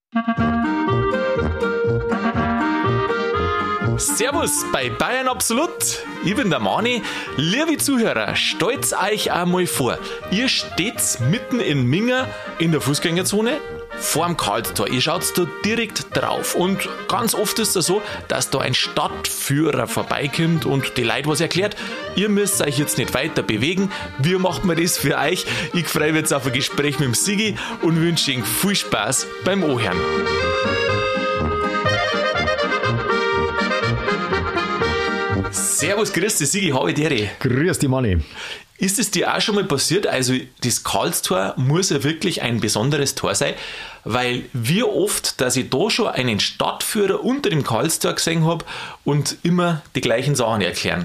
Servus bei Bayern Absolut. Ich bin der Mani. Liebe Zuhörer, stellt euch einmal vor, ihr steht mitten in Minga in der Fußgängerzone vorm Karlstor. Ihr schaut da direkt drauf und ganz oft ist es so, dass da ein Stadtführer vorbeikommt und die Leute was erklärt. Ihr müsst euch jetzt nicht weiter bewegen. Wir machen das für euch. Ich freue mich jetzt auf ein Gespräch mit dem Sigi und wünsche Ihnen viel Spaß beim Ohren. Servus, grüß dich, Sigi, habe ich dir. Grüß dich, Manni. Ist es dir auch schon mal passiert? Also das Karlstor muss ja wirklich ein besonderes Tor sein, weil wie oft, dass ich da schon einen Stadtführer unter dem Karlstor gesehen habe und immer die gleichen Sachen erklären.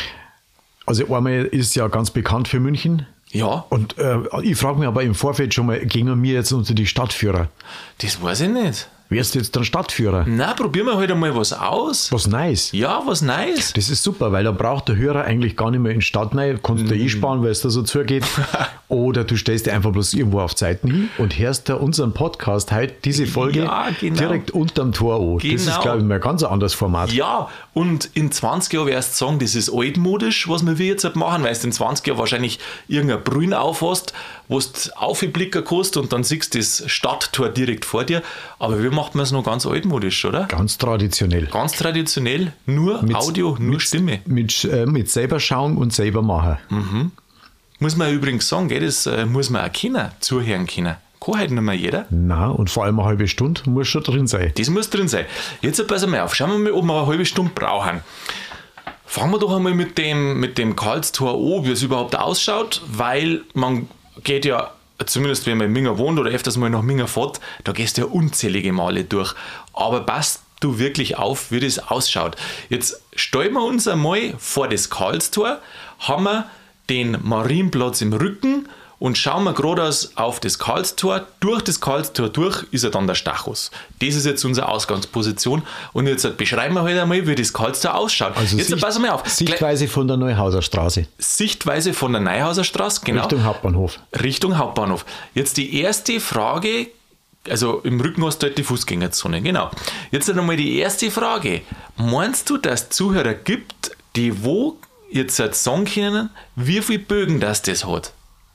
Also einmal ist ja ganz bekannt für München. Ja. Und ich frage mich aber im Vorfeld schon mal, gehen wir jetzt unter die Stadtführer? Das weiß ich nicht. Wärst du jetzt dann Stadtführer? Na, probieren wir halt einmal was aus. Was Neues? Ja, was Neues. Das ist super, weil da braucht der Hörer eigentlich gar nicht mehr in die Stadt rein. Kannst du eh sparen, weil es da so zugeht. Oder du stellst dir einfach bloß irgendwo auf Zeiten hin und hörst da unseren Podcast heute, diese Folge, direkt unterm Tor an. Genau. Das ist, glaube ich, mal ein ganz anderes Format. Ja, und in 20 Jahren wirst du sagen, das ist altmodisch, was wir jetzt machen, weil du in 20 Jahren wahrscheinlich irgendein Brünn aufhast, wo du aufblicken kannst und dann siehst du das Stadttor direkt vor dir. Aber wie macht man es noch ganz altmodisch, oder? Ganz traditionell. Ganz traditionell, nur Audio, nur Stimme. Mit selber schauen und selber machen. Mhm. Muss man übrigens sagen, gell, das muss man auch können, zuhören können. Kann halt nicht mehr jeder. Nein, und vor allem eine halbe Stunde muss schon drin sein. Das muss drin sein. Jetzt pass mal auf, schauen wir mal, ob wir eine halbe Stunde brauchen. Fangen wir doch einmal mit dem Karlstor an, wie es überhaupt ausschaut, weil man geht ja, zumindest wenn man in Minga wohnt oder öfters mal nach Minga fährt, da gehst du ja unzählige Male durch. Aber passt du wirklich auf, wie das ausschaut. Jetzt stellen wir uns einmal vor das Karlstor, haben wir den Marienplatz im Rücken und schauen wir geradeaus auf das Karlstor. Durch das Karlstor durch ist ja dann der Stachus. Das ist jetzt unsere Ausgangsposition. Und jetzt beschreiben wir halt einmal, wie das Karlstor ausschaut. Also jetzt passen wir auf. Sichtweise von der Neuhauser Straße. Sichtweise von der Neuhauser Straße, genau. Richtung Hauptbahnhof. Richtung Hauptbahnhof. Jetzt die erste Frage, also im Rücken hast du halt die Fußgängerzone, genau. Jetzt einmal die erste Frage. Meinst du, dass es Zuhörer gibt, die wo jetzt sagen können, wie viele Bögen das hat?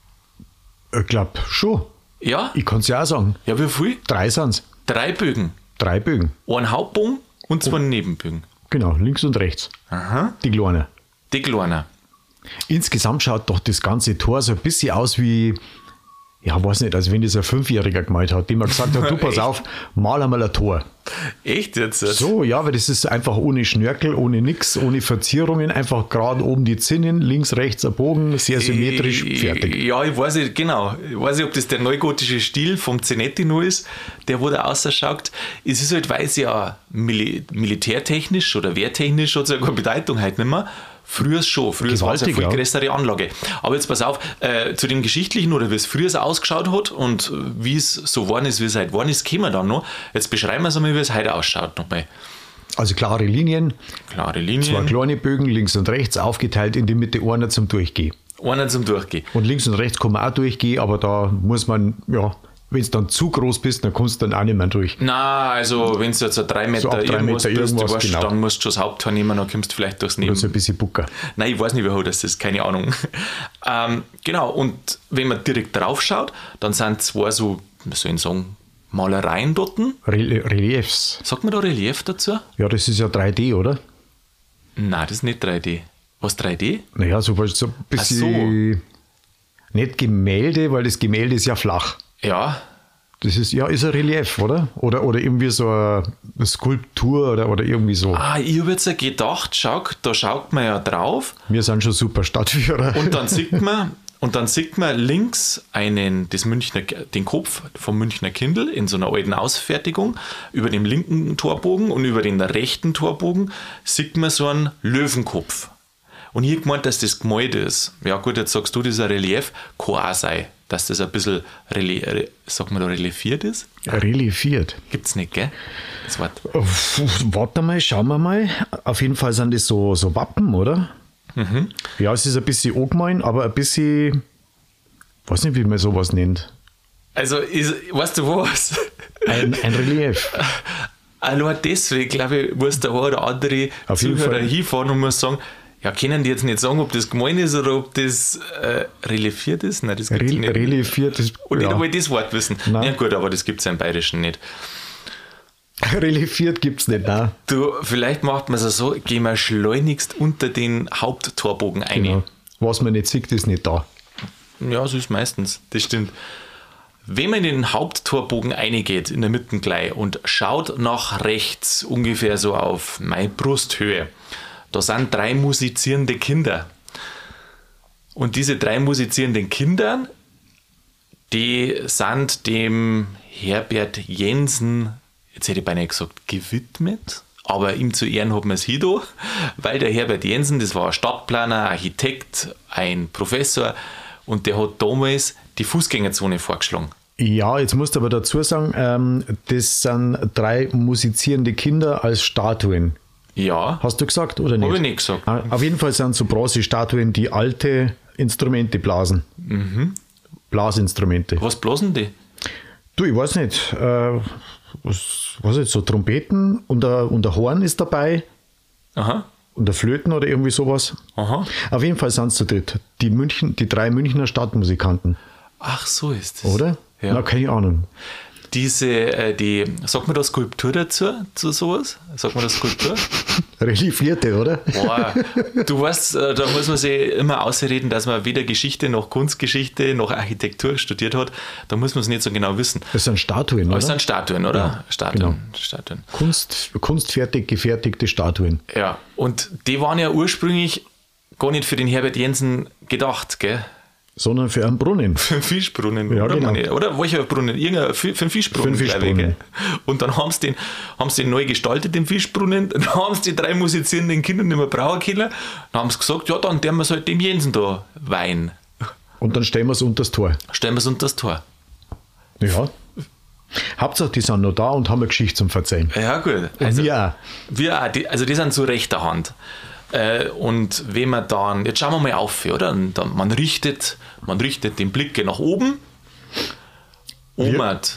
Ich glaube schon. Ja? Ich kann es ja auch sagen. Ja, wie viel? 3 sind es. 3 Bögen. 3 Bögen. Ein Hauptbogen und 2 Nebenbögen. Genau, links und rechts. Aha. Die Kleine. Die Kleine. Insgesamt schaut doch das ganze Tor so ein bisschen aus wie, ja, weiß nicht, als wenn das ein 5-Jähriger gemalt hat, dem man gesagt hat, du pass auf, mal einmal ein Tor. Echt jetzt? So, ja, weil das ist einfach ohne Schnörkel, ohne nix, ohne Verzierungen, einfach gerade oben die Zinnen, links, rechts ein Bogen, sehr symmetrisch, fertig. Ja, ich weiß nicht, genau. Ich weiß nicht, ob das der neugotische Stil vom Zenetti nur ist, der wo da ausschaut. Es ist halt, weil es ja militärtechnisch oder wehrtechnisch hat es ja keine Bedeutung halt nicht mehr. Früher schon, früher war es eine viel größere Anlage. Aber jetzt pass auf, zu dem Geschichtlichen oder wie es früher ausgeschaut hat und wie es so geworden ist, wie es heute geworden ist, kommen wir dann noch. Jetzt beschreiben wir es einmal, wie es heute ausschaut nochmal. Also klare Linien. 2 kleine Bögen, links und rechts, aufgeteilt in die Mitte einer zum Durchgehen. Einer zum Durchgehen. Und links und rechts kann man auch durchgehen, aber da muss man, ja, wenn du dann zu groß bist, dann kommst du dann auch nicht mehr durch. Nein, also wenn du jetzt ein 3 Meter, so irgendwas bist, du weißt, genau. Dann musst du schon das Haupttor nehmen, dann kommst du vielleicht durchs Neben. Oder so ein bisschen Bucker. Nein, ich weiß nicht, wie hoch das ist, keine Ahnung. Genau, und wenn man direkt drauf schaut, dann sind 2 so, was soll ich sagen, Malereien dort. Reliefs. Sagt man da Relief dazu? Ja, das ist ja 3D, oder? Nein, das ist nicht 3D. Was 3D? Naja, so ein bisschen. Nicht Gemälde, weil das Gemälde ist ja flach. Ja. Das ist ein Relief, oder? Oder irgendwie so eine Skulptur oder irgendwie so. Ich habe jetzt gedacht, da schaut man ja drauf. Wir sind schon super Stadtführer. Und dann sieht man links den Kopf vom Münchner Kindl in so einer alten Ausfertigung. Über dem linken Torbogen und über den rechten Torbogen sieht man so einen Löwenkopf. Und ich habe gemeint, dass das Gemälde ist. Ja gut, jetzt sagst du, das ist ein Relief. Kann auch sein, dass das ein bisschen reliefiert ist. Reliefiert? Gibt's nicht, gell? Das Wort. Warte mal, schauen wir mal. Auf jeden Fall sind das so Wappen, oder? Mhm. Ja, es ist ein bisschen angemein, aber ein bisschen, weiß nicht, wie man sowas nennt. Also, weißt du was? Ein Relief. Allein deswegen, glaube ich, muss der eine oder andere Zuhörer hinfahren und muss sagen, ja, können die jetzt nicht sagen, ob das gemein ist oder ob das reliefiert ist? Nein, das gibt es nicht. Reliefiert ist... Und nicht einmal das Wort wissen. Nein. Ja gut, aber das gibt es ja im Bayerischen nicht. Reliefiert gibt es nicht, nein. Du, vielleicht macht man es so, gehen wir schleunigst unter den Haupttorbogen ein. Genau. Was man nicht sieht, ist nicht da. Ja, so ist meistens, das stimmt. Wenn man in den Haupttorbogen reingeht, in der Mitte gleich, und schaut nach rechts, ungefähr so auf meine Brusthöhe, da sind 3 musizierende Kinder. Und diese 3 musizierenden Kinder, die sind dem Herbert Jensen, jetzt hätte ich beinahe gesagt, gewidmet. Aber ihm zu Ehren hat man es hier da, weil der Herbert Jensen, das war ein Stadtplaner, Architekt, ein Professor, und der hat damals die Fußgängerzone vorgeschlagen. Ja, jetzt musst du aber dazu sagen, das sind 3 musizierende Kinder als Statuen. Ja. Hast du gesagt oder nicht? Habe ich nicht gesagt. Auf jeden Fall sind so Bronzestatuen, die alte Instrumente blasen. Mhm. Blasinstrumente. Was blasen die? Du, ich weiß nicht. Was jetzt, so Trompeten und ein Horn ist dabei. Aha. Und der Flöten oder irgendwie sowas. Aha. Auf jeden Fall sind es zu dritt. Die 3 Münchner Stadtmusikanten. Ach, so ist es. Oder? Ja. Na, keine Ahnung. Sagt man da Skulptur dazu, zu sowas? Sagt man das Skulptur? Reliefierte, oder? Boah, du weißt, da muss man sich immer ausreden, dass man weder Geschichte noch Kunstgeschichte noch Architektur studiert hat. Da muss man es nicht so genau wissen. Das sind Statuen, oder? Das sind Statuen, oder? Ja, Statuen. Genau. Statuen. Kunstfertig gefertigte Statuen. Ja, und die waren ja ursprünglich gar nicht für den Herbert Jensen gedacht, gell? Sondern für einen Brunnen. Für einen Fischbrunnen. Ja, oder? genau. Oder welcher Brunnen? Für einen Fischbrunnen. Für einen Fischbrunnen. Und dann haben sie den neu gestaltet, den Fischbrunnen. Dann haben sie die 3 musizierenden Kinder nicht mehr brauchen können. Dann haben sie gesagt, ja, dann werden wir es halt dem Jensen da weihen. Und dann stellen wir es unter das Tor. Ja. Hauptsache, die sind noch da und haben eine Geschichte zum Verzeihen. Ja, gut. Also, wir auch. Wir auch. Die sind zu rechter Hand. Und wenn man dann, jetzt schauen wir mal auf, oder? Und dann, man richtet den Blick nach oben. Omert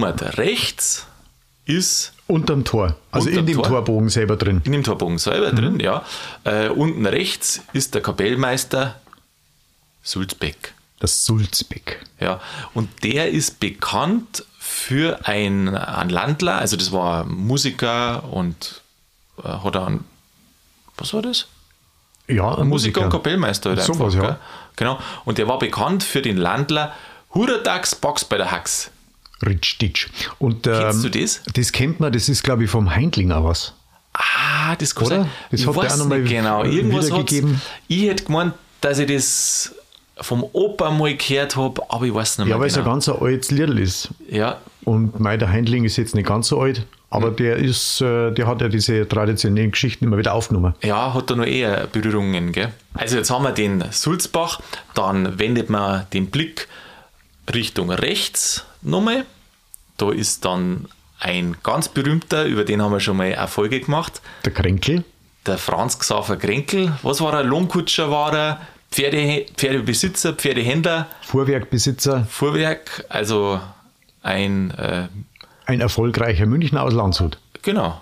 rechts ist unterm Tor. Also in dem Torbogen selber drin. In dem Torbogen selber drin, ja. Unten rechts ist der Kapellmeister Sulzbeck. Das Sulzbeck. Ja. Und der ist bekannt für einen Landler, also das war ein Musiker und hat einen, was war das? Ja, ein Musiker und Kapellmeister. Halt so einfach, was, ja. Genau. Und der war bekannt für den Landler Huradax Box bei der Hax. Ritsch-Ditsch. Und kennst du das? Das kennt man, das ist glaube ich vom Heindlinger was. Ah, das kann Oder? sein. Das ich hat weiß der auch noch nicht mal genau. Irgendwas wiedergegeben. Ich hätte gemeint, dass ich das vom Opa mal gehört habe, aber ich weiß nicht mehr Ja, weil es genau. ein ganz altes Liedl ist. Ja. Und der Heindling ist jetzt nicht ganz so alt, aber der hat ja diese traditionellen Geschichten immer wieder aufgenommen. Ja, hat da noch eher Berührungen, gell? Also jetzt haben wir den Sulzbach, dann wendet man den Blick Richtung rechts nochmal. Da ist dann ein ganz berühmter, über den haben wir schon mal eine Folge gemacht. Der Kränkel. Der Franz Xaver Kränkel. Was war er? Lohnkutscher war er, Pferdebesitzer, Pferdehändler. Fuhrwerkbesitzer. Fuhrwerk, also ein erfolgreicher Münchner aus Landshut. Genau.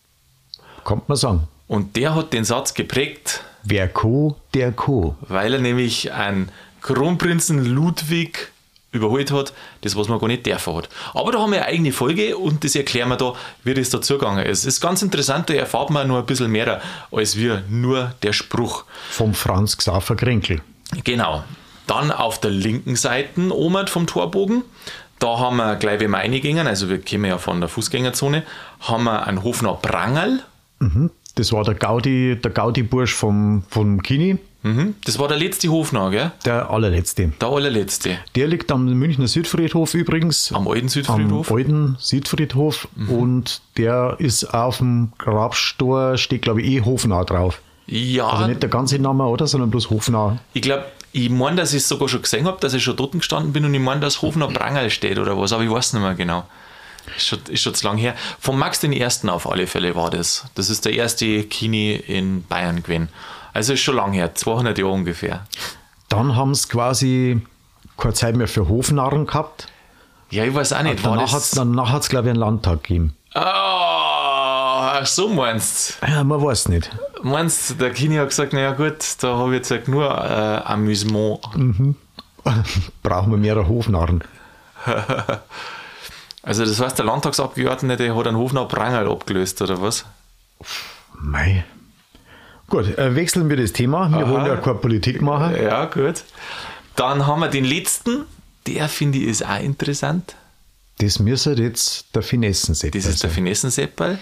Kann man sagen. Und der hat den Satz geprägt. Wer Co, der Co. Weil er nämlich einen Kronprinzen Ludwig überholt hat, das was man gar nicht dürfen hat. Aber da haben wir eine eigene Folge und das erklären wir da, wie das da zugegangen ist. Es ist ganz interessant, da erfahrt man noch ein bisschen mehr als wir nur der Spruch. Vom Franz Xaver Kränkel. Genau. Dann auf der linken Seite oben vom Torbogen, da haben wir gleich, wenn wir reingehen, also wir kommen ja von der Fußgängerzone, haben wir einen Hofner Prangerl. Mhm. Das war der Gaudi-Bursch vom Kini. Mhm. Das war der letzte Hofner, gell? Der allerletzte. Der allerletzte. Der liegt am Münchner Südfriedhof übrigens. Am alten Südfriedhof. Am alten Südfriedhof. Und der ist auf dem Grabstor, steht glaube ich Hofnau drauf. Ja. Also nicht der ganze Name, oder? Sondern bloß Hofnau. Ich meine, dass ich es sogar schon gesehen habe, dass ich schon dort gestanden bin und ich meine, dass Hofner Prangerl steht oder was, aber ich weiß nicht mehr genau. Ist schon zu lang her. Von Max den Ersten auf alle Fälle war das. Das ist der erste Kini in Bayern gewesen. Also ist schon lang her, 200 Jahre ungefähr. Dann haben sie quasi keine Zeit mehr für Hofnarren gehabt Ja, ich weiß auch nicht. Danach hat es, glaube ich, einen Landtag gegeben. Ach so meinst du? Ja, man weiß nicht. Meinst du, der Kini hat gesagt, naja gut, da habe ich jetzt halt nur Amüsement. Brauchen wir mehr Hofnarren. Also das heißt, der Landtagsabgeordnete, der hat einen Hofnarr Prangerl abgelöst, oder was? Mei. Gut, wechseln wir das Thema. Wir wollen ja keine Politik machen. Ja, gut. Dann haben wir den letzten. Der, finde ich, ist auch interessant. Das müsste jetzt der Finessenseppel sein. Das ist der Finessenseppel.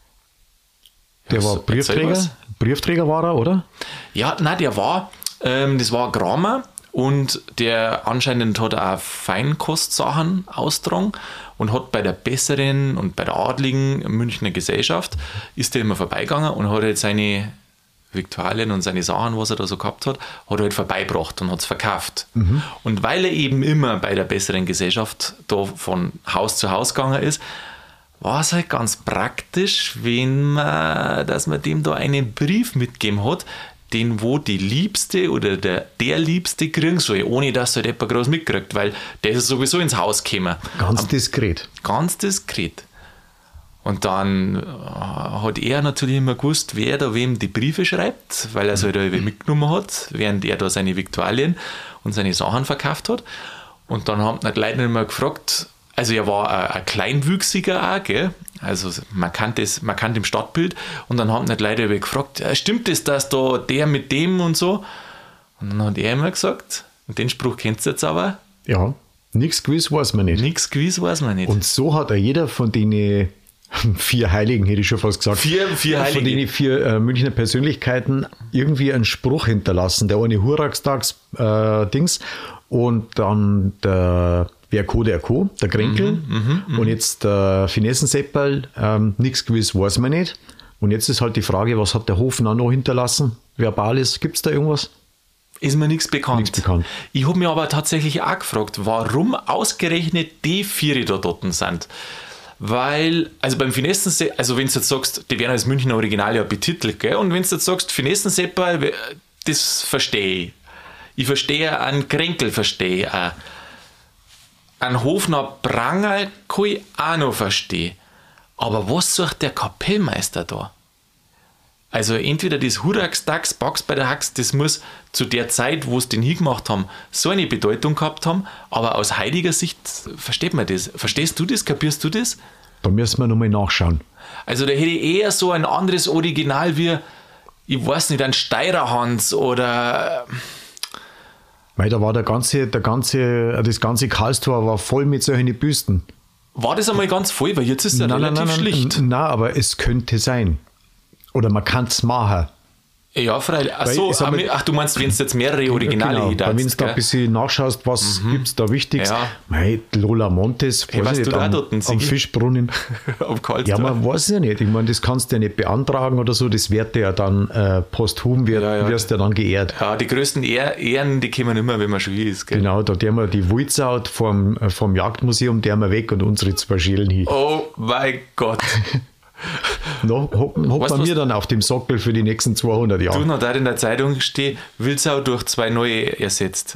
Der war Briefträger. Briefträger war er, oder? Ja, nein, der war, das war ein Kramer und der anscheinend hat auch Feinkostsachen austragen und hat bei der besseren und bei der adligen Münchner Gesellschaft ist der immer vorbeigegangen und hat jetzt seine Viktualien und seine Sachen, was er da so gehabt hat, hat er halt vorbeigebracht und hat es verkauft. Und weil er eben immer bei der besseren Gesellschaft da von Haus zu Haus gegangen ist, war es halt ganz praktisch, dass man dem da einen Brief mitgegeben hat, den wo die Liebste oder der Liebste kriegen soll, ohne dass er jemand groß mitkriegt, weil der ist sowieso ins Haus gekommen. Ganz diskret. Ganz diskret. Und dann hat er natürlich immer gewusst, wer da wem die Briefe schreibt, weil er es halt mitgenommen hat, während er da seine Viktualien und seine Sachen verkauft hat. Und dann haben die Leute immer gefragt, also er war ein Kleinwüchsiger auch, gell? Also man kannte im Stadtbild und dann haben die Leute gefragt, stimmt das, dass da der mit dem und so? Und dann hat er immer gesagt, und den Spruch kennst du jetzt aber? Ja, nichts gewiss weiß man nicht. Nichts gewiss weiß man nicht. Und so hat jeder von denen 4 Heiligen, hätte ich schon fast gesagt. 4 Heilige. Von denen 4 Münchner Persönlichkeiten irgendwie einen Spruch hinterlassen. Der eine Huragstags-Dings und dann der Wer Co, der Co, der Kränkel und jetzt der Finessenseppel, nichts gewiss weiß man nicht. Und jetzt ist halt die Frage, was hat der Hofnarr noch hinterlassen? Verbales, gibt es da irgendwas? Ist mir nichts bekannt. Nichts bekannt. Ich habe mich aber tatsächlich auch gefragt, warum ausgerechnet die 4 da dort sind. Weil, also beim Finessenseppel, also wenn du jetzt sagst, die werden als Münchner Original ja betitelt, gell? Und wenn du jetzt sagst, Finessenseppel, das verstehe ich. Ich verstehe einen Kränkel, verstehe ich auch. Ein Hofnarr Prangerl kann ich auch noch verstehen. Aber was sucht der Kapellmeister da? Also entweder das Huragstags, Bax bei der Hax, das muss zu der Zeit, wo sie den hingemacht haben, so eine Bedeutung gehabt haben, aber aus heiliger Sicht versteht man das. Verstehst du das? Kapierst du das? Da müssen wir nochmal nachschauen. Also da hätte ich eher so ein anderes Original wie, ich weiß nicht, ein Steirerhans oder... Weil da war das ganze Karlstor war voll mit solchen Büsten. War das einmal ganz voll? Weil jetzt ist es ja relativ schlicht. Nein, aber es könnte sein. Oder man kann es machen. Ja, freilich. Achso, du meinst, wenn du jetzt mehrere Originale genau, wenn du da ein bisschen nachschaust, was gibt es da Wichtiges. Ja. Mei, Lola Montes, weißt du da dort am Fischbrunnen. Am Karlstor. Ja, man weiß ja nicht. Ich meine, das kannst du ja nicht beantragen oder so. Das wird ja dann posthum, wirst ja dann geehrt. Ja, die größten Ehren, die kommen immer, wenn man schon hier ist. Gell? Genau, da der wir die Wulzaut vom Jagdmuseum, der wir weg und unsere 2 Schälen hin. Oh mein Gott. Hocken wir mir dann auf dem Sockel für die nächsten 200 Jahre. Du, noch da in der Zeitung steht, Wildsau durch 2 neue ersetzt.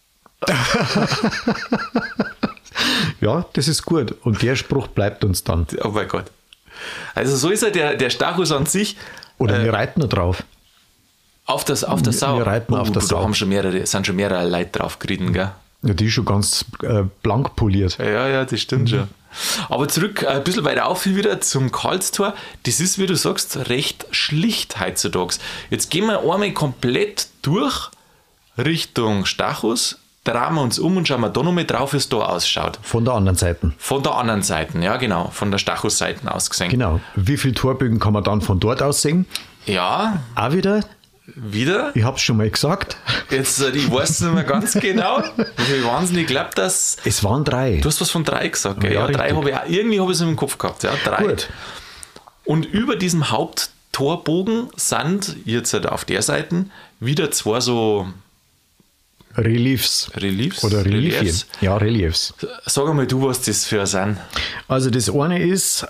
Ja, das ist gut. Und der Spruch bleibt uns dann. Oh mein Gott. Also so ist er, der Stachus an sich. Oder wir reiten noch drauf. Auf der Sau? Wir reiten auf der Sau. Da sind schon mehrere Leute drauf geritten, gell? Ja, die ist schon ganz blank poliert. Ja, das stimmt schon. Aber zurück, ein bisschen weiter auf wieder zum Karlstor. Das ist, wie du sagst, recht schlicht heutzutage. Jetzt gehen wir einmal komplett durch Richtung Stachus, drehen wir uns um und schauen wir da nochmal drauf, wie es da ausschaut. Von der anderen Seite. Von der anderen Seite, ja genau. Von der Stachus-Seite aus gesehen. Genau. Wie viele Torbögen kann man dann von dort aus sehen? Ja. Auch wieder? Wieder? Ich habe es schon mal gesagt. Jetzt, ich weiß es nicht mehr ganz genau. Wie wahnsinnig, ich glaube, dass... Es waren 3. Du hast was von 3 gesagt, gell? Ja, 3 habe ich auch, irgendwie habe ich es im Kopf gehabt. Ja, 3. Gut. Und über diesem Haupttorbogen sind jetzt halt auf der Seite wieder 2 so... Reliefs. Oder Reliefs. Ja, Reliefs. Sag einmal du, was das für sind. Also das eine ist...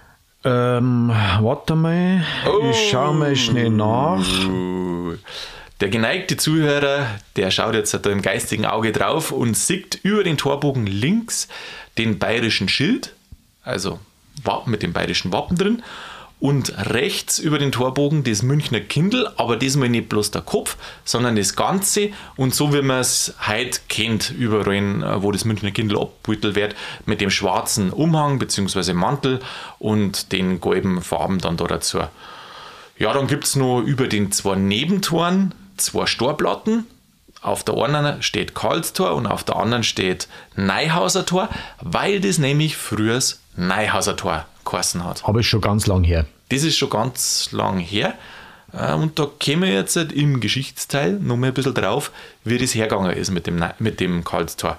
warte mal, ich schaue mal schnell nach. Der geneigte Zuhörer, der schaut jetzt da im geistigen Auge drauf und sieht über den Torbogen links den bayerischen Schild, also mit dem bayerischen Wappen drin, und rechts über den Torbogen das Münchner Kindl, aber diesmal nicht bloß der Kopf, sondern das Ganze, und so wie man es heute kennt, überall, wo das Münchner Kindl abgebildet wird, mit dem schwarzen Umhang bzw. Mantel und den gelben Farben dann da dazu. Ja, dann gibt es noch über den 2 Nebentoren 2 Storplatten. Auf der einen steht Karlstor und auf der anderen steht Neuhauser Tor, weil das nämlich früher das Neuhauser Tor geheißen hat. Aber ist schon ganz lang her. Das ist schon ganz lang her. Und da kommen wir jetzt im Geschichtsteil noch mal ein bisschen drauf, wie das hergegangen ist mit dem Karlstor.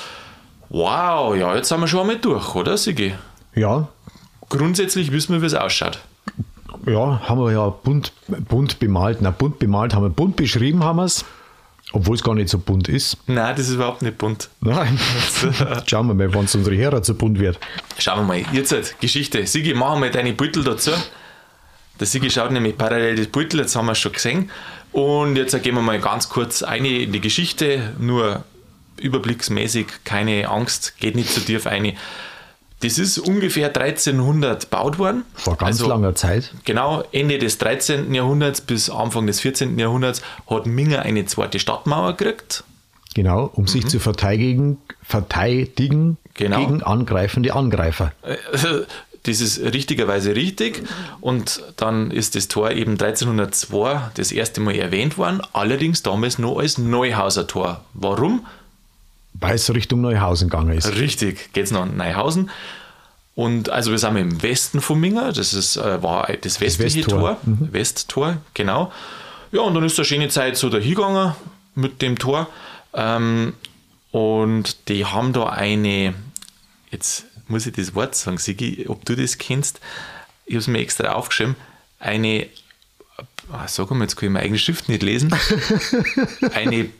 Wow, ja, jetzt sind wir schon einmal durch, oder, Sigi? Ja. Grundsätzlich wissen wir, wie es ausschaut. Ja, haben wir ja bunt bemalt. Na, bunt bemalt haben wir, bunt beschrieben haben wir es. Obwohl es gar nicht so bunt ist. Nein, das ist überhaupt nicht bunt. Nein. Schauen wir mal, wann es unsere Hörer zu bunt wird. Schauen wir mal. Jetzt Geschichte. Sigi, machen wir deine Beutel dazu. Der Sigi schaut nämlich parallel das Beutel, jetzt haben wir es schon gesehen. Und jetzt gehen wir mal ganz kurz ein in die Geschichte. Nur überblicksmäßig, keine Angst, geht nicht zu tief ein. Das ist ungefähr 1300 gebaut worden. Vor ganz langer Zeit. Genau, Ende des 13. Jahrhunderts bis Anfang des 14. Jahrhunderts hat Minga eine zweite Stadtmauer gekriegt. Genau, um sich zu verteidigen gegen angreifende Angreifer. Das ist richtigerweise richtig. Und dann ist das Tor eben 1302 das erste Mal erwähnt worden, allerdings damals noch als Neuhauser Tor. Warum? Weil es Richtung Neuhausen gegangen ist. Richtig, geht es nach Neuhausen. Und also wir sind im Westen von Minga, das war das westliche Tor. Westtor, genau. Ja, und dann ist eine schöne Zeit so dahingegangen mit dem Tor. Und die haben da jetzt muss ich das Wort sagen, Sigi, ob du das kennst, ich habe es mir extra aufgeschrieben, sag mal, jetzt kann ich meine eigene Schrift nicht lesen, eine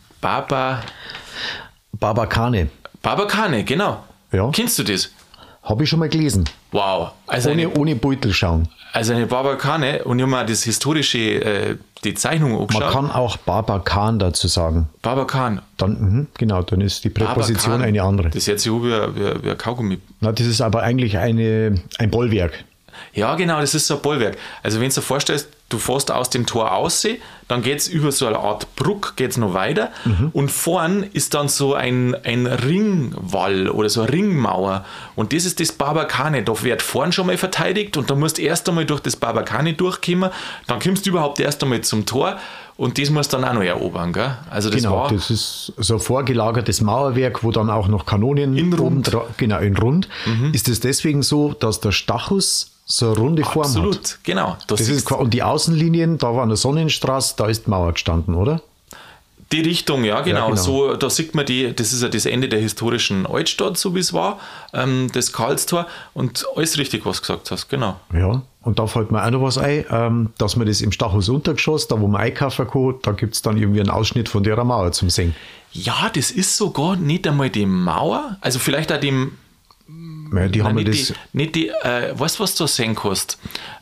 Barbakane, genau. Ja. Kennst du das? Habe ich schon mal gelesen. Wow. Also ohne Beutel schauen. Also eine Barbakane, und ich habe mir das historische, die Zeichnung angeschaut. Man kann auch Barbakan dazu sagen. Barbakan. Dann, genau, dann ist die Präposition Barbakan, eine andere. Das hört sich an wie ein Kaugummi. Na, das ist aber eigentlich ein Bollwerk. Ja, genau, das ist so ein Bollwerk. Also wenn du dir vorstellst, du fährst aus dem Tor aus, dann geht es über so eine Art Bruck, geht es noch weiter, und vorn ist dann so ein Ringwall oder so eine Ringmauer, und das ist das Barbakane. Da wird vorn schon mal verteidigt, und dann musst du erst einmal durch das Barbakane durchkommen, dann kommst du überhaupt erst einmal zum Tor, und das musst du dann auch noch erobern. Gell? Also das ist so ein vorgelagertes Mauerwerk, wo dann auch noch Kanonen in Rund. Genau, in Rund. Ist es deswegen so, dass der Stachus so eine runde Form hat? Absolut, genau. Und die Außenlinien, da war eine Sonnenstraße, da ist die Mauer gestanden, oder? Die Richtung, ja, genau. So, da sieht man das ist ja das Ende der historischen Altstadt, so wie es war, das Karlstor, und alles richtig, was du gesagt hast, genau. Ja, und da fällt mir auch noch was ein, dass man das im Stachus Untergeschoss, da wo man einkaufen kann, da gibt es dann irgendwie einen Ausschnitt von der Mauer zum Sehen. Ja, das ist sogar nicht einmal die Mauer, also vielleicht auch dem. Ja, die haben das. Weißt du, was du sehen kannst?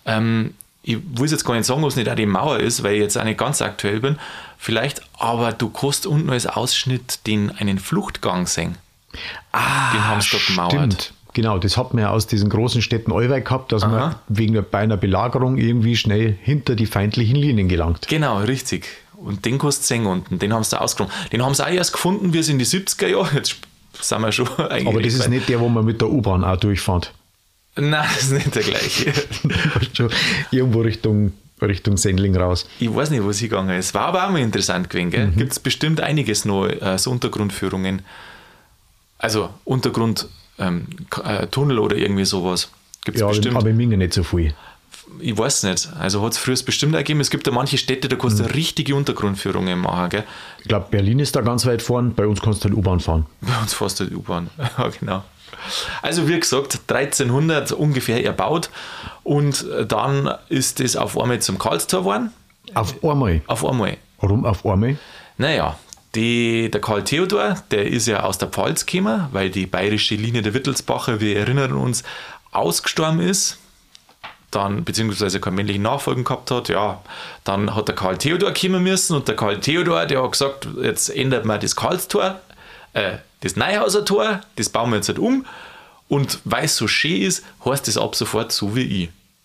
Ich will jetzt gar nicht sagen, ob es nicht auch die Mauer ist, weil ich jetzt auch nicht ganz aktuell bin. Vielleicht, aber du kannst unten als Ausschnitt einen Fluchtgang sehen. Den haben sie da gemauert. Stimmt. Genau, das hat man ja aus diesen großen Städten allweil gehabt, dass man bei einer Belagerung irgendwie schnell hinter die feindlichen Linien gelangt. Genau, richtig. Und den kannst du sehen unten. Den haben sie da ausgegraben. Den haben sie auch erst gefunden, wie es in die 70er Jahre, jetzt sind wir schon eigentlich. Aber das ist nicht der, wo man mit der U-Bahn auch durchfährt. Nein, das ist nicht der gleiche. Irgendwo Richtung Sendling raus. Ich weiß nicht, wo es hingegangen ist. War aber auch mal interessant gewesen. Gell? Gibt es bestimmt einiges noch, so Untergrundführungen. Also Tunnel oder irgendwie sowas. Gibt's bestimmt. Aber in Minga nicht so viel. Ich weiß nicht. Also hat es früher bestimmt gegeben. Es gibt ja manche Städte, da kannst du richtige Untergrundführungen machen. Gell? Ich glaube, Berlin ist da ganz weit vorn. Bei uns kannst du halt U-Bahn fahren. Bei uns fährst du halt U-Bahn. Ja, genau. Also wie gesagt, 1300 ungefähr erbaut, und dann ist es auf einmal zum Karlstor geworden. Auf einmal? Auf einmal. Warum auf einmal? Naja, der Karl Theodor, der ist ja aus der Pfalz gekommen, weil die bayerische Linie der Wittelsbacher, wir erinnern uns, ausgestorben ist. dann beziehungsweise keinen männlichen Nachfolger gehabt hat, ja, dann hat der Karl Theodor kommen müssen und der Karl Theodor, der hat gesagt, jetzt ändert man das Karlstor, das Neuhauser Tor, das bauen wir jetzt halt um und weil es so schön ist, heißt das ab sofort so wie ich.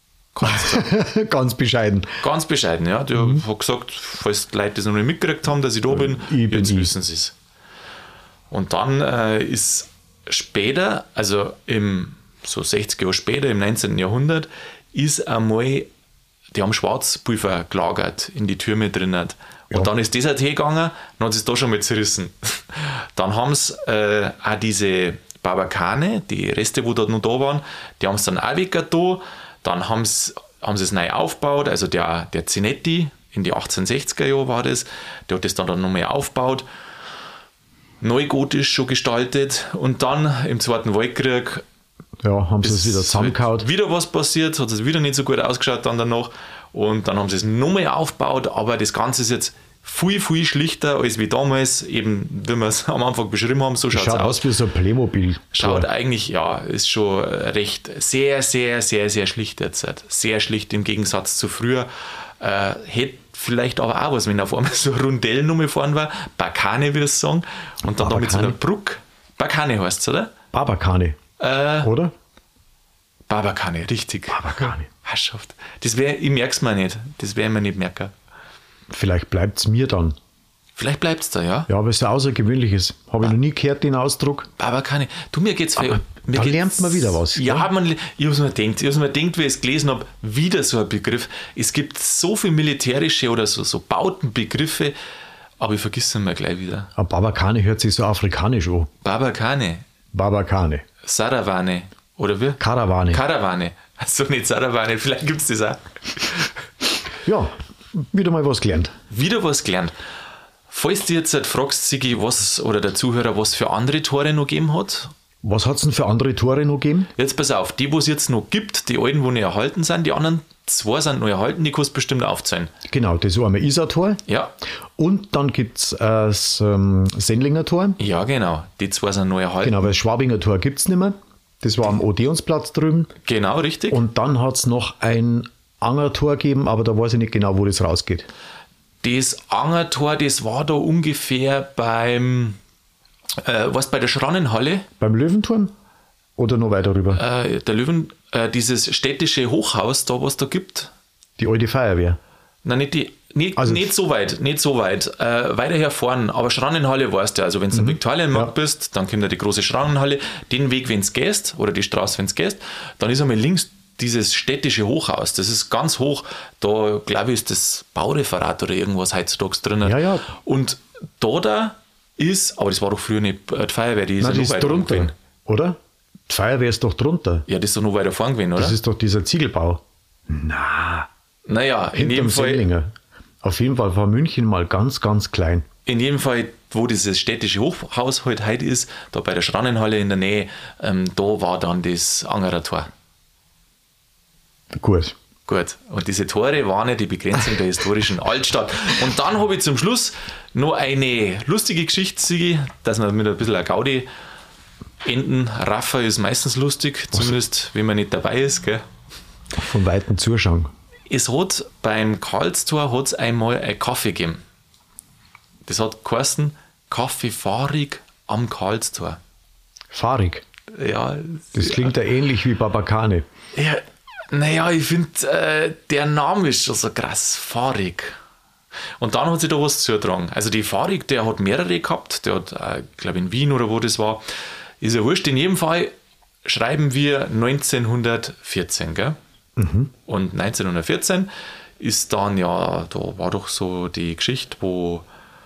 Ganz bescheiden. Ganz bescheiden, ja. Der hat gesagt, falls die Leute das noch nicht mitgekriegt haben, dass ich da bin, jetzt wissen sie es. Und dann ist später, also so 60 Jahre später, im 19. Jahrhundert, ist einmal, die haben Schwarzpulver gelagert in die Türme drinnen. Und dann ist das halt hingegangen, dann hat es da schon mal zerrissen. Dann haben sie auch diese Barbakane, die Reste, die dort noch da waren, die haben es dann auch weggetan. Dann haben sie es neu aufgebaut, also der Zinetti, in die 1860er Jahre war das, der hat das dann nochmal aufgebaut, neugotisch schon gestaltet und dann im Zweiten Weltkrieg haben sie es wieder zusammengehauen. Halt wieder was passiert, hat es wieder nicht so gut ausgeschaut dann danach und dann haben sie es nochmal aufgebaut, aber das Ganze ist jetzt viel, viel schlichter als wie damals, eben wie wir es am Anfang beschrieben haben, so schaut es aus. Wie so ein Playmobil. Schaut eigentlich, ja, ist schon recht sehr, sehr, sehr, sehr schlicht derzeit. Sehr schlicht im Gegensatz zu früher. Hätte vielleicht aber auch was, wenn auf einmal so eine Rundellennummer vorne war, Barbakane würde ich sagen, und dann da mit so einer Brücke. Barbakane heißt es, oder? Barbakane. Oder? Barbakane, richtig. Barbakane. Herrschaft. Ich merke es mir nicht. Das werde ich mir nicht merken. Vielleicht bleibt es mir dann. Vielleicht bleibt es da, ja? Ja, aber es ist ja außergewöhnliches. Habe ich noch nie gehört, den Ausdruck. Barbakane. Du, mir geht's da lernt man wieder was. Ja, ich habe mir gedacht, wie ich es gelesen habe, wieder so ein Begriff. Es gibt so viele militärische oder so Bautenbegriffe, aber ich vergesse es mir gleich wieder. Aber Barbakane hört sich so afrikanisch an. Barbakane. Sarawane. Oder wie? Karawane. Also nicht Sarawane, vielleicht gibt es das auch. Ja, wieder mal was gelernt. Falls du jetzt fragst, Sigi, was, oder der Zuhörer, was für andere Tore noch gegeben hat. Was hat es denn für andere Tore noch gegeben? Jetzt pass auf, die, wo es jetzt noch gibt, die alten, wo nicht erhalten sind, die anderen 2 sind noch erhalten, die kannst du bestimmt aufzählen. Genau, das ist einmal Isar-Tor. Ja. Und dann gibt es das Sendlinger Tor. Ja, genau, die 2 sind noch erhalten. Genau, weil das Schwabinger Tor gibt es nicht mehr. Das war am Odeonsplatz drüben. Genau, richtig. Und dann hat es noch ein Angertor gegeben, aber da weiß ich nicht genau, wo das rausgeht. Das Angertor, das war da ungefähr beim, bei der Schrannenhalle? Beim Löwenturm? Oder noch weiter rüber? Der Löwen, dieses städtische Hochhaus da, was da gibt. Die alte Feuerwehr? Nein, nicht so weit. Weiter her vorne, aber Schrannenhalle weißt du, also wenn du am Viktualienmarkt bist, dann kommt ja die große Schrannenhalle, den Weg, wenn du gehst, oder die Straße, wenn du gehst, dann ist einmal links dieses städtische Hochhaus, das ist ganz hoch, da glaube ich ist das Baureferat oder irgendwas heutzutage drin. Ja. Und da ist, aber das war doch früher nicht die Feuerwehr, die ist ja noch weiter drunter, gewesen. Oder? Die Feuerwehr ist doch drunter. Ja, das ist doch noch weiter vorn gewesen, oder? Das ist doch dieser Ziegelbau. Naja, in jedem Fall. Sendlinger. Auf jeden Fall war München mal ganz, ganz klein. In jedem Fall, wo dieses städtische Hochhaus halt heute ist, da bei der Schrannenhalle in der Nähe, da war dann das Angerer Tor. Gut. Und diese Tore waren ja die Begrenzung der historischen Altstadt. Und dann habe ich zum Schluss noch eine lustige Geschichte, Sigi, dass wir mit ein bisschen Gaudi enden. Raffa ist meistens lustig, zumindest wenn man nicht dabei ist. Gell? Von Weitem zuschauen. Es hat beim Karlstor einmal ein Kaffee gegeben. Das hat geheißen Kaffee fahrig am Karlstor. Fahrig? Ja. Das klingt ja ähnlich wie Barbakane. Ja. Naja, ich finde, der Name ist schon so krass, Fahrig. Und dann hat sich da was zugetragen. Also die Fahrig, der hat mehrere gehabt, der hat, glaube in Wien oder wo das war, ist ja wurscht. In jedem Fall schreiben wir 1914, gell? Und 1914 ist dann, ja, da war doch so die Geschichte, wo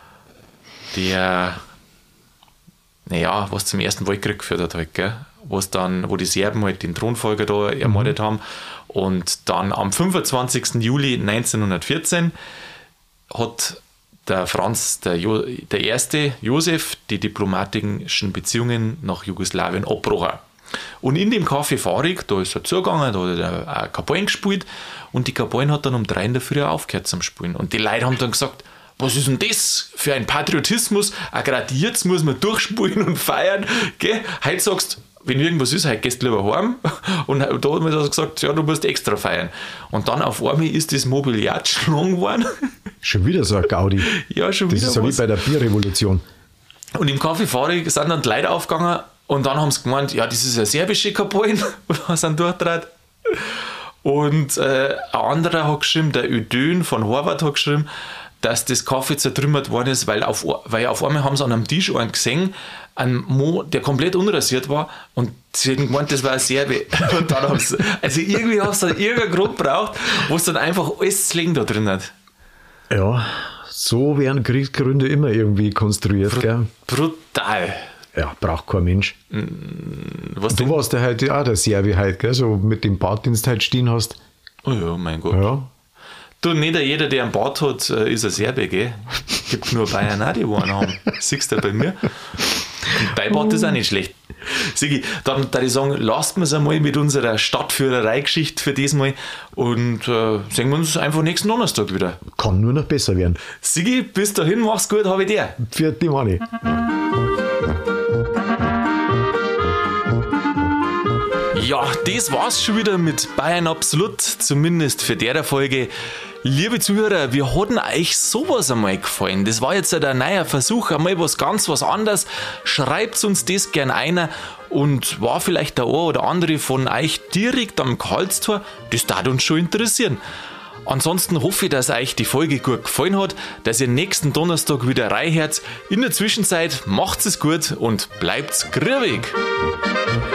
was zum Ersten Weltkrieg geführt hat halt, gell? Wo die Serben halt den Thronfolger da ermordet haben. Und dann am 25. Juli 1914 hat der Franz der Erste, Josef, die diplomatischen Beziehungen nach Jugoslawien abgebrochen. Und in dem Café Fahrig, da ist er zugegangen, da hat er Kapellen gespielt und die Kapellen hat dann um 3 in der Früh aufgehört zum Spielen. Und die Leute haben dann gesagt, was ist denn das für ein Patriotismus? Gerade jetzt muss man durchspielen und feiern. Gell? Heute sagst wenn irgendwas ist, halt gehst du lieber heim. Und da hat man also gesagt, ja, du musst extra feiern. Und dann auf einmal ist das Mobiliar geschlagen worden. Schon wieder so ein Gaudi. Ja, schon das wieder. Das ist so wie bei der Bierrevolution. Und im Kaffeefahrer sind dann die Leute aufgegangen und dann haben sie gemeint, ja, das ist eine serbische Kapelle, was sind durchtrat. Und ein anderer hat geschrieben, der Ödön von Horvath hat geschrieben, dass das Kaffee zertrümmert worden ist, weil auf einmal haben sie an einem Tisch einen gesehen, einen Mo, der komplett unrasiert war, und sie haben gemeint, das war ein Serbe. Und dann haben sie, also irgendwie haben sie dann irgendeinen Grund gebraucht, wo es dann einfach alles Slang da drin hat. Ja, so werden Kriegsgründe immer irgendwie konstruiert, gell? Brutal. Ja, braucht kein Mensch. Was du denn? warst ja heute auch der Serbi heute, gell? So mit dem Bart, den du heute stehen hast. Oh ja, mein Gott. Ja. Du, nicht jeder, der einen Bart hat, ist ein Serbe, gell? Gibt nur Bayern auch, die einen haben. Siehst du bei mir? Und dein Bart ist auch nicht schlecht. Sigi, dann würde ich sagen, lasst uns einmal mit unserer Stadtführerei-Geschichte für diesmal und sehen wir uns einfach nächsten Donnerstag wieder. Kann nur noch besser werden. Sigi, bis dahin, mach's gut, habe ich dir. Für die Manni. Ja, das war's schon wieder mit Bayern Absolut, zumindest für der Folge. Liebe Zuhörer, wie hat denn euch sowas einmal gefallen? Das war jetzt ein neuer Versuch, einmal was anderes. Schreibt uns das gern ein und war vielleicht der eine oder andere von euch direkt am Karlstor? Das würde uns schon interessieren. Ansonsten hoffe ich, dass euch die Folge gut gefallen hat, dass ihr nächsten Donnerstag wieder reinhört. In der Zwischenzeit macht's es gut und bleibt's grübig.